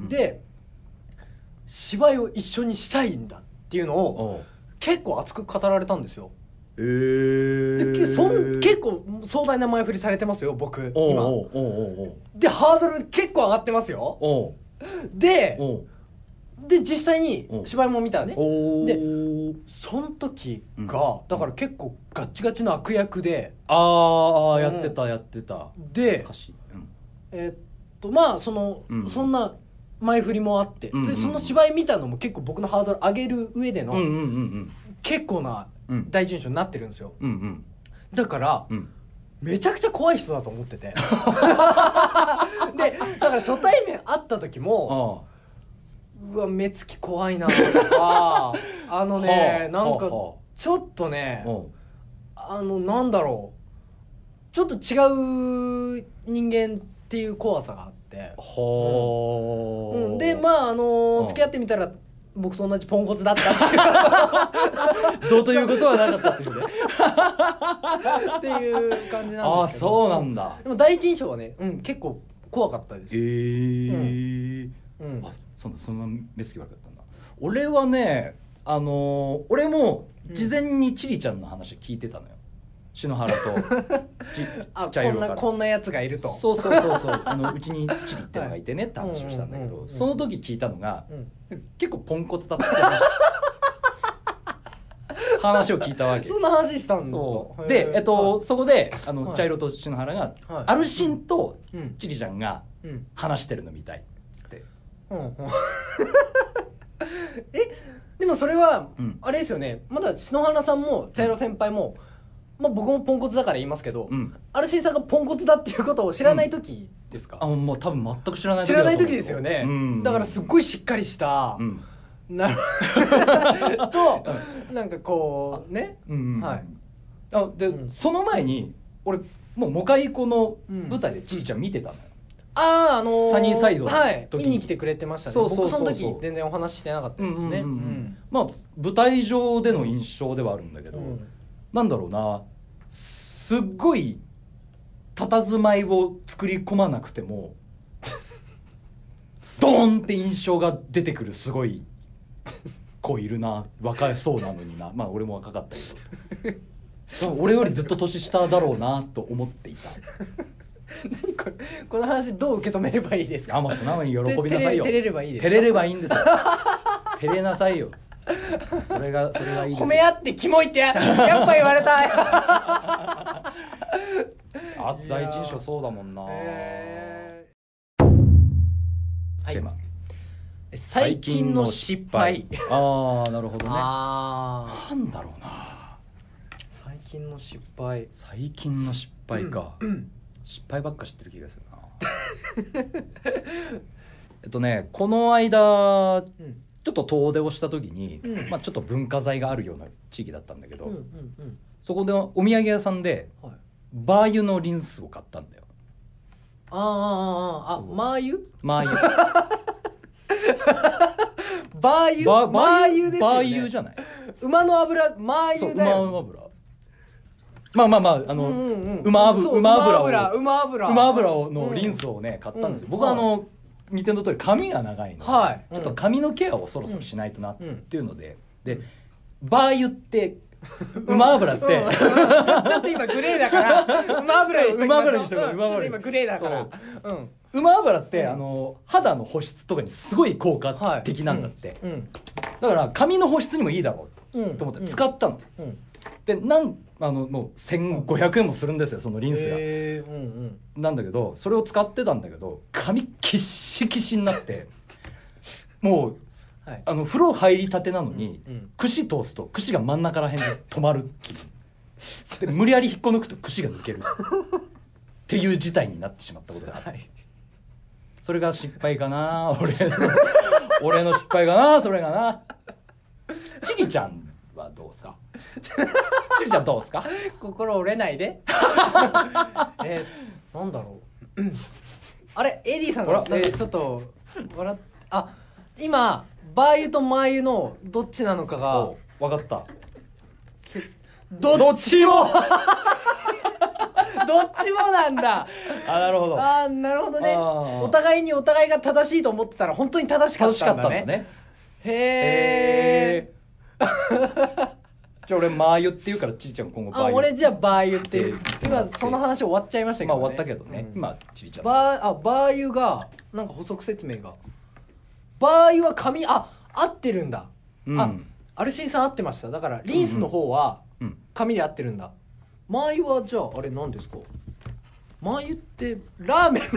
で芝居を一緒にしたいんだっていうのを結構熱く語られたんですよ。 えー、 でそん結構壮大な前振りされてますよ僕今。おうおうおうでハードル結構上がってますよ。おでで実際に芝居も見たね。でその時が、うん、だから結構ガッチガチの悪役で、 ああやってたやってた。 で、うん、えー、っとまあその、うん、そんな前振りもあって、うんうん、でその芝居見たのも結構僕のハードル上げる上での、うんうんうんうん、結構な第一印象になってるんですよ。うんうん、だから、うん、めちゃくちゃ怖い人だと思っててでだから初対面会った時も、うわ目つき怖いなとかあのね、はあ、なんかちょっとね、はあ、あのなんだろう、ちょっと違う人間っていう怖さがあって、はあ、うん、でまああのー、付き合ってみたら僕と同じポンコツだったっていうどうということはなかったですねっていう感じなんですけど。 ああそうなんだ。 でも第一印象はね、うん、結構怖かったです。 えーうんうん、あそんなそんな目つき悪かったんだ。俺はねあのー、俺も事前にチリちゃんの話聞いてたのよ、篠原とあこんなこんなやつがいると。 そうそうそうそうあのうちにチリってのがいてねって話をしたんだけど、その時聞いたのが、うん、結構ポンコツだった話を聞いたわけ。 そんな話したんだ。 そうで、えっと、そこであの、はい、茶色と篠原が、はい、アルシンとチリちゃんが話してるのみたいっつって、うんうん、 えでもそれは、うん、あれですよね、まだ篠原さんも茶色先輩も、うんまあ、僕もポンコツだから言いますけど、うん、アルシンさんがポンコツだっていうことを知らない時ですか。 うん、あもう多分全く知らない時知らない時ですよね、うん、だからすっごいしっかりした、うん、なるとなんかこうね、うんうん、はいあで、うん、その前に俺もうモカイコの舞台でちいちゃん見てたのよ、うん、 あああのー、 サニーサイドの時に、 はい、見に来てくれてましたね。そうそうそうそう、僕その時全然お話してなかったですね、うんうんうんうん、 まあ舞台上での印象ではあるんだけど、うん、なんだろうな、すっごい佇まいを作り込まなくてもドーンって印象が出てくるすごい子いるな、若そうなのにな、まあ俺も若かったけど俺よりずっと年下だろうなと思っていた何これ、この話どう受け止めればいいですか。 あもう素直に喜びなさいよ。 照れればいいですか。 照れればいいんですよ照れなさいよ。それがそれがいいですよ。 褒め合ってキモいってやっぱ言われたあと第一印象そうだもんな、 えー、テーマ、はい、 最近の失敗。 ああなるほどね。 あなんだろうな、 最近の失敗。 最近の失敗か、うん、失敗ばっか知ってる気がするなえっとねこの間、うん、ちょっと遠出をした時に、うんまあ、ちょっと文化財があるような地域だったんだけど、うんうんうん、そこでお土産屋さんで、はい、バー油のリンスを買ったんだよ。 あああああマー油マー油バー油バマー油ですよね。 バー油じゃない、 馬の油マー油だよ。 馬の油、まあまあまああの、うんうんうん、馬油馬油を馬油馬油のリンスをね買ったんですよ、うん、僕はあの見ての通り髪が長いので、 はい、 ちょっと髪のケアをそろそろしないとなっていうので、うん、でバー油って馬油って、うん、ち, ょちょっと今グレーだから馬油にしときましょう。馬油にしとく、うん、ちょっと今グレーだから、 うん、馬油って、うん、あの肌の保湿とかにすごい効果的なんだって、はい、うんうん、だから髪の保湿にもいいだろうと思って使ったの、うんうん、でなんあのもうせんごひゃくえんもするんですよそのリンスが、えーうんうん、なんだけどそれを使ってたんだけど髪キッシキシになってもう、はい、あの風呂入りたてなのに、うんうん、串通すと串が真ん中ら辺で止まるで無理やり引っこ抜くと串が抜けるっていう事態になってしまったことがあって、はい、それが失敗かな俺の俺の失敗かなそれがな。ちりちゃんはどうすかちりちゃんどうすか心折れないでえー、なんだろうあれ エーディー さんがなんかちょっと笑っあ今バー油とマー油のどっちなのかが分かった。 どっちもどっちもなんだ。 あ、なるほど。 あ、なるほどね。お互いにお互いが正しいと思ってたら本当に正しかったんだね。正しかったんだね。へー。じゃあ俺マー油って言うからちいちゃん今後バー油。 あ、俺じゃあバー油って今その話終わっちゃいましたけどね。 まあ終わったけどね。うん、今ちいちゃん。 バーあバー油がなんか補足説明が。バー油は髪あ合ってるんだ。うん、あ、アルシンさん合ってました。だからリンスの方は髪で合ってるんだ。マー油はじゃああれ何ですか。マー油ってラーメン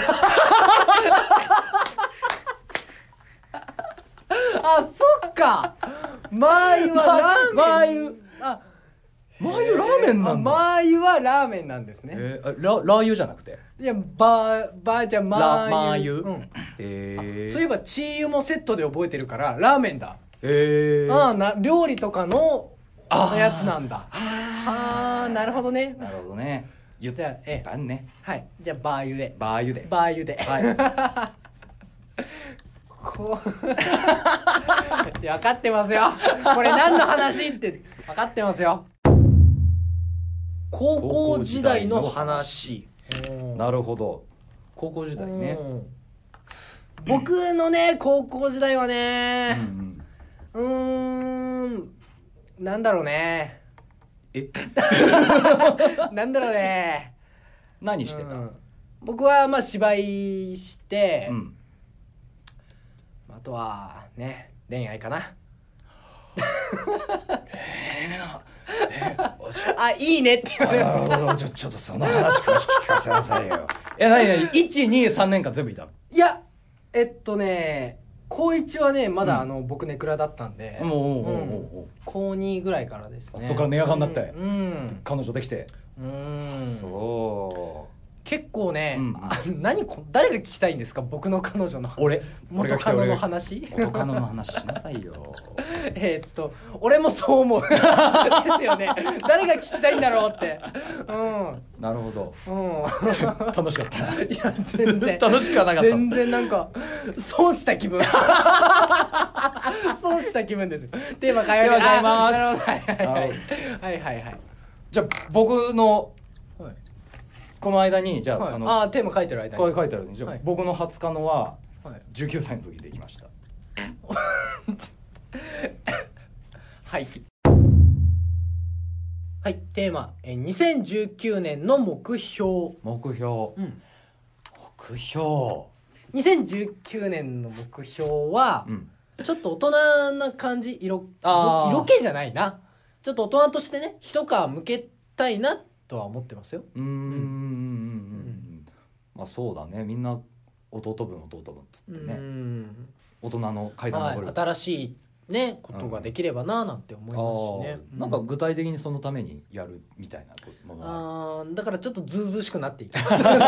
あ、そっか。マー油はラーメン。 マー油あマー油ラーメンなんだ。 マー油はラーメンなんですね。 えー、ラ, ラー油じゃなくていやバーバーじゃマー油。 マー油、うん、 えー、そういえばチー油もセットで覚えてるからラーメンだ。 えー、 あな料理とかのやつなんだ。ああなるほどね。 なるほどね。 じゃあえあんね。 はい。じゃあバー油で。 バー油で。 バー油で。はい。こう分かってますよ。これ何の話って分かってますよ。高校時代の話。 なるほど。高校時代ね。 僕のね高校時代はね、うん、うん、うーんなんだろうね。 えなんだろうね。 何してた？うん、 僕はまあ芝居して、うん、あとはね恋愛かな。 えー、 あいいねって言われました。 ちょちょっとその話詳しく聞かせてくださいよ。え何何いち、に、さんねんかん全部いたの？ いやえっとね高いちはねまだ、うん、あの僕ネクラだったんで、うん、高にぐらいからですね。 そこからネアカになって、 うん、 彼女できて、 うん、 そう結構ね、うん、あ何誰が聞きたいんですか僕の彼女の俺元カノの話。 元カノの話しなさいよ。 えっと俺もそう思うですよね。誰が聞きたいんだろうって、うん、 なるほど、 うん、 楽しかった。 いや全然楽しくはなかった。 全然なんか損した気分損した気分ですよ。テーマ変えます。なるほどはいはいはいはいはいはい。 じゃあ僕の、はいこの間にじゃあ、 はい、 あのあテーマ書いてる間にこれ書いてあるんでじゃあ、はい、僕の初カノはじゅうきゅうさいの時できました。 はいはいテーマえにせんじゅうきゅうねんの目標目標、うん、目標にせんじゅうきゅうねんの目標は、うん、ちょっと大人な感じ色色気じゃないなちょっと大人としてね一皮向けたいなとは思ってますよ。 うーん、うん、まあそうだねみんな弟分弟分っつってねうん大人の階段を上る、 はい、新しいねことができればななんて思いますしね、 うん、なんか具体的にそのためにやるみたいなものはあだからちょっとずうずうしくなっていきます。 なる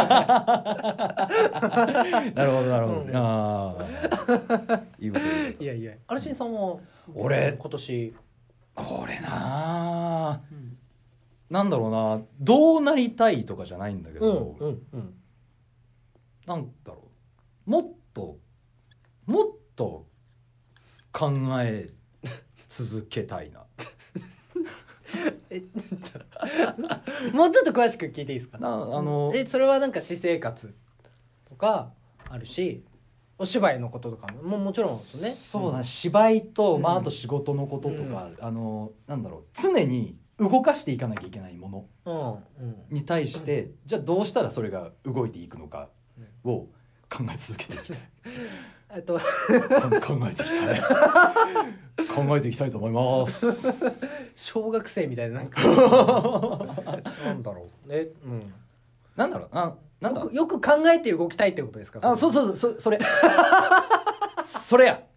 ほどなるほど、うん、ああいいこと言ういやいやアルシンさんは俺今年俺なあ、うんなんだろうなどうなりたいとかじゃないんだけど、うんうんうん、なんだろうもっともっと考え続けたいな。 えもうちょっと詳しく聞いていいですか。 なあのえそれはなんか私生活とかあるしお芝居のこととかもももちろんですね。 そうだ、うん、芝居と、まあ、あと仕事のこととか、うん、あのなんだろう、常に動かしていかなきゃいけないものに対して、うん、じゃあどうしたらそれが動いていくのかを考え続けていきたい。 えっと考えていきたい考えていきたいと思います。 小学生みたいななんかなんだろうね、うん、 なんだろうな、なんだよく、よく考えて動きたいってことですか？ あ、そうそうそう、そ, それそれや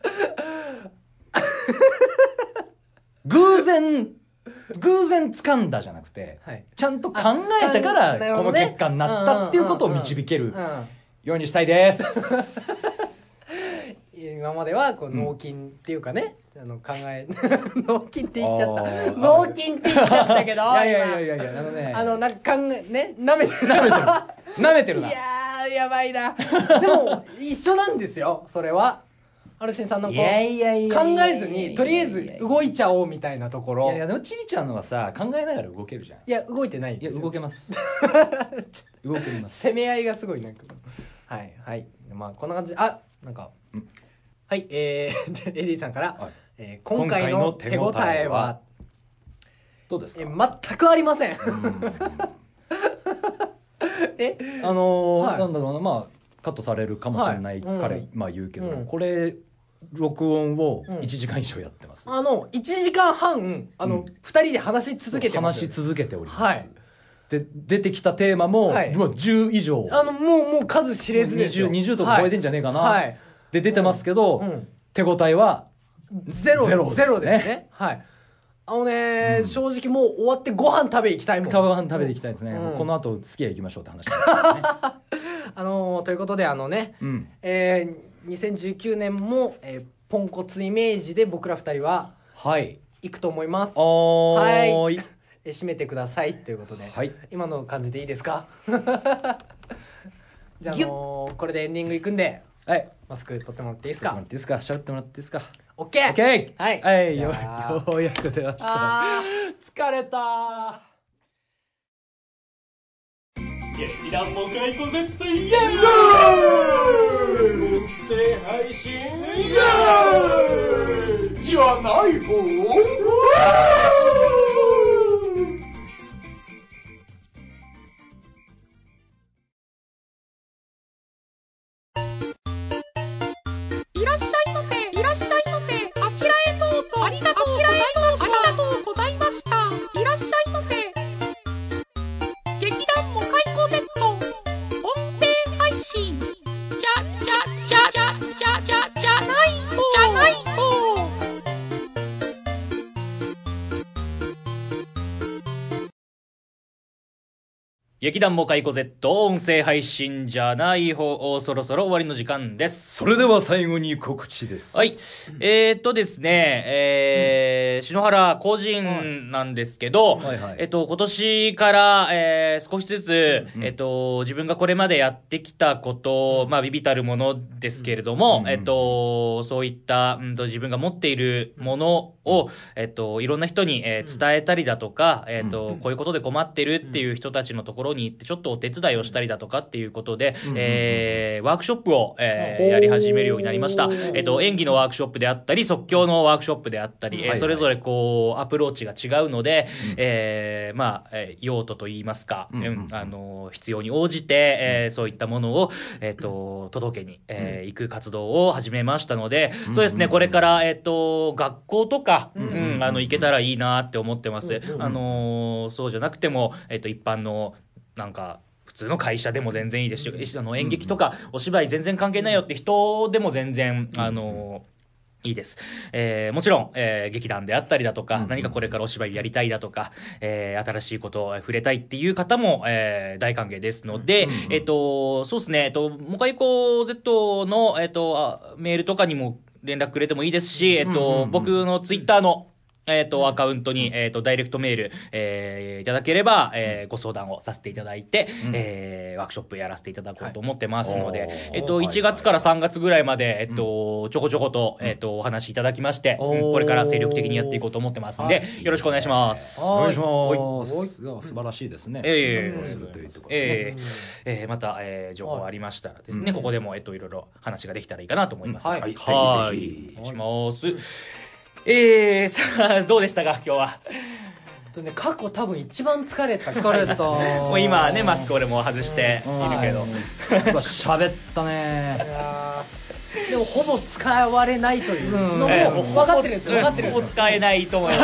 偶然偶然掴んだじゃなくて、はい、ちゃんと考えたからこの結果になったっていうことを導けるようにしたいです今まではこう脳筋っていうかね、うん、あの考え脳筋って言っちゃった脳筋って言っちゃったけどいやいやいやいや、あのね、 あのなんか考えね、舐めてる舐めてる舐めてるな。 いやーやばいな。でも一緒なんですよ、それは。アルシンさんのこう考えずにとりあえず動いちゃおうみたいなところ。 いやいや、でもチリちゃんのはさ、考えながら動けるじゃん。 いや動いてないですよ。 いや動けます動けます。 攻め合いがすごいなんかはいはい、まあこんな感じで、あ、なんかはい、えー、エディさんから、はい、えー、今回の手応えはどうですか？ え全くありません。 えあのーはい、なんだろうな、まあカットされるかもしれないから、はい、まあ言うけど、うん、これ録音をいちじかん以上やってます。 うん、あのいちじかんはんあの、うん、ふたりで話し続けてます。 話し続けております。 はい。 で出てきたテーマも、はい、もうじゅう以上。 あのもうもう数知れずですよ。 にじゅう、にじゅうとか超えてんじゃねえかな。はい。で出てますけど、うんうん、手応えはゼロゼロですね。 ゼロですね。はい。あのね、うん、正直もう終わってご飯食べ行きたいもん。 ご飯食べて行きたいですね。うん、この後すき家行きましょうって話なんですね。 あのー、ということであのね、うん、えー、にせんじゅうきゅうねんも、えー、ポンコツイメージで僕らふたりは行くと思います。はい。はいえ締めてくださいということで、はい、今の感じでいいですか？じゃあ、あのー、これでエンディングいくんで、はい、マスク取ってもらっていいですか？ 取ってもらっていいですか？喋ってもらっていいですか？ オッケー。 オッケー。 はい。 はい。よ, ようやく出ました。あ疲れた。 劇団モカイコ Z イエーイ。音声配信イエーイじゃない方。 劇団モカイコ Z 音声配信じゃない方、そろそろ終わりの時間です。 それでは最後に告知です。 はい。えー、っとですね、えー、うん、篠原個人なんですけど、はいはいはい、えっと、今年から、えー、少しずつ、うん、えっと、自分がこれまでやってきたこと、まあ、微々たるものですけれども、うん、えっと、そういった、うんと、自分が持っているものを、えっと、いろんな人に、えー、伝えたりだとか、えっと、こういうことで困ってるっていう人たちのところに行ってちょっとお手伝いをしたりだとかっていうことで、うん、えー、ワークショップを、えー、やり始めるようになりました。えっと、演技のワークショップであったり、即興のワークショップであったり、はいはい、それぞれこう、アプローチが違うので、うん、えー、まあ、えー、用途といいますか、うんうん、あの、必要に応じて、えー、そういったものを、えっと、届けに、えー、行く活動を始めましたので、うん、そうですね、これから、えっと、学校とか、うんうん、あの、行けたらいいなって思ってます。うんうん、あの、そうじゃなくても、えっと、一般の、なんか普通の会社でも全然いいですし、あの演劇とかお芝居全然関係ないよって人でも全然あのいいです。えー、もちろん、えー、劇団であったりだとか、何かこれからお芝居やりたいだとか、えー、新しいことを触れたいっていう方も、えー、大歓迎ですので、えっと、そうですね、えっと、モカイコ Z の、えっと、メールとかにも連絡くれてもいいですし、えっと、僕のツイッターのえっ、ー、と、アカウントに、えっ、ー、と、ダイレクトメール、えー、いただければ、えー、ご相談をさせていただいて、うん、えー、ワークショップやらせていただこうと思ってますので、はい、えっ、ー、と、いちがつからさんがつぐらいまで、えっ、ー、と、ちょこちょこと、えっ、ー、と、お話いただきまして、うん、これから精力的にやっていこうと思ってますんで、よろしくお願いします。 お願いします。素晴らしいですね。 えー、えー、えー、また、えー、情報ありましたらですね、うん、ここでも、えっ、ー、と、いろいろ話ができたらいいかなと思います。うん、はい。はい。はい。お願いします。えー、さあ、どうでしたか、今日は。 とね、過去多分一番疲れた。 疲れた。 もう今ね、マスク俺も外しているけど。 喋ったね。いやでもほぼ使われないというのも分かってるんですよ。分かってるんですよ。 ほぼ使えないと思います。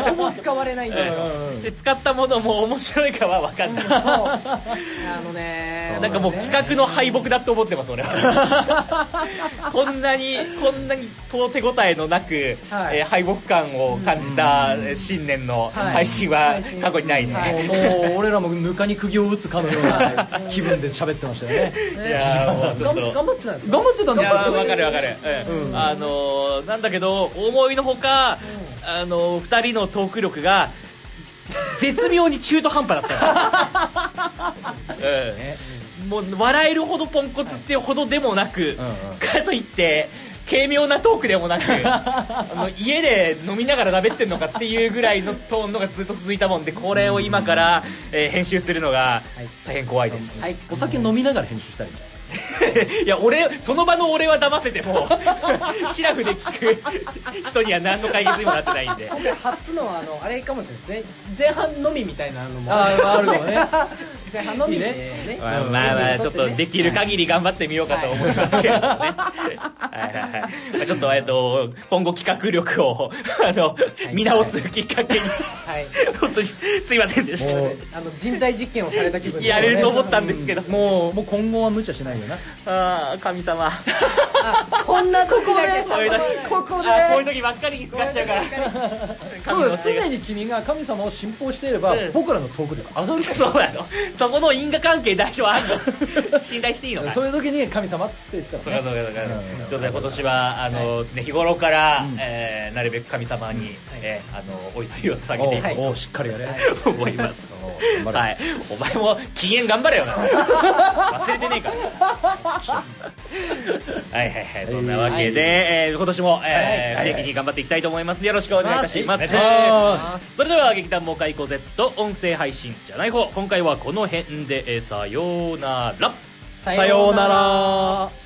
ほぼ使われないんだよ。 で使ったものも面白いかは分かんない。そう。あのね。 なんかもう企画の敗北だと思ってます俺は。こんなにこんなにこう手応えのなく、はい、えー、敗北感を感じた新年の配信は過去にないね。はい、 もう俺らもぬかに釘を打つかのような気分で喋ってましたよね。 いやもうちょっと頑張ってたんですか。 頑張ってたんですか。 わかるわかる、うん、あのー、なんだけど思いのほか、うん、あのー、ふたりのトーク力が絶妙に中途半端だったよ、うん、もう笑えるほどポンコツっていうほどでもなく、うんうん、かといって軽妙なトークでもなくあの家で飲みながら喋ってんのかっていうぐらいのトーンのがずっと続いたもんで、これを今から、えー、編集するのが大変怖いです、 はい、お酒飲みながら編集したらいいんじゃない。 いや俺その場の俺は騙せてもシラフで聞く人には何の解決にもなってないんで、 今回初のあのあれかもしれないですね、前半のみみたいなのもあるのね前半のみでね、 まあまあまあちょっとできる限り頑張ってみようかと思いますけどね、はいはいはい、ちょっとえっと今後企画力をあの見直すきっかけに、はい、本当にすいませんでした。 あの人体実験をされた気分やれると思ったんですけど、 もうもう今後は無茶しないよな。 ああ神様あこんな時だけこういう時ここであこういう時ばっかりに使っちゃうから常に君が神様を信奉していれば、うん、僕らのトーク力上がる。 そうなの。そこの因果関係大丈夫あるの信頼していいのか。 そういう時に神様っつって言ったら、ね、 そうかそうかそうか、うん、ちょっと今年はあの、はい、常日頃から、うん、えー、なるべく神様に、うん、えー、あのお祈りを捧げていこうとしっかりやれ思います。はい、お前も禁煙頑張れよな忘れてねえからはいはいはい、そんなわけで、はい、えー、今年も、えー、不定期に頑張っていきたいと思いますのでよろしくお願いいたします。それでは劇団モカイコ Z 音声配信じゃない方、今回はこの辺で、えー、さようなら。 さようなら。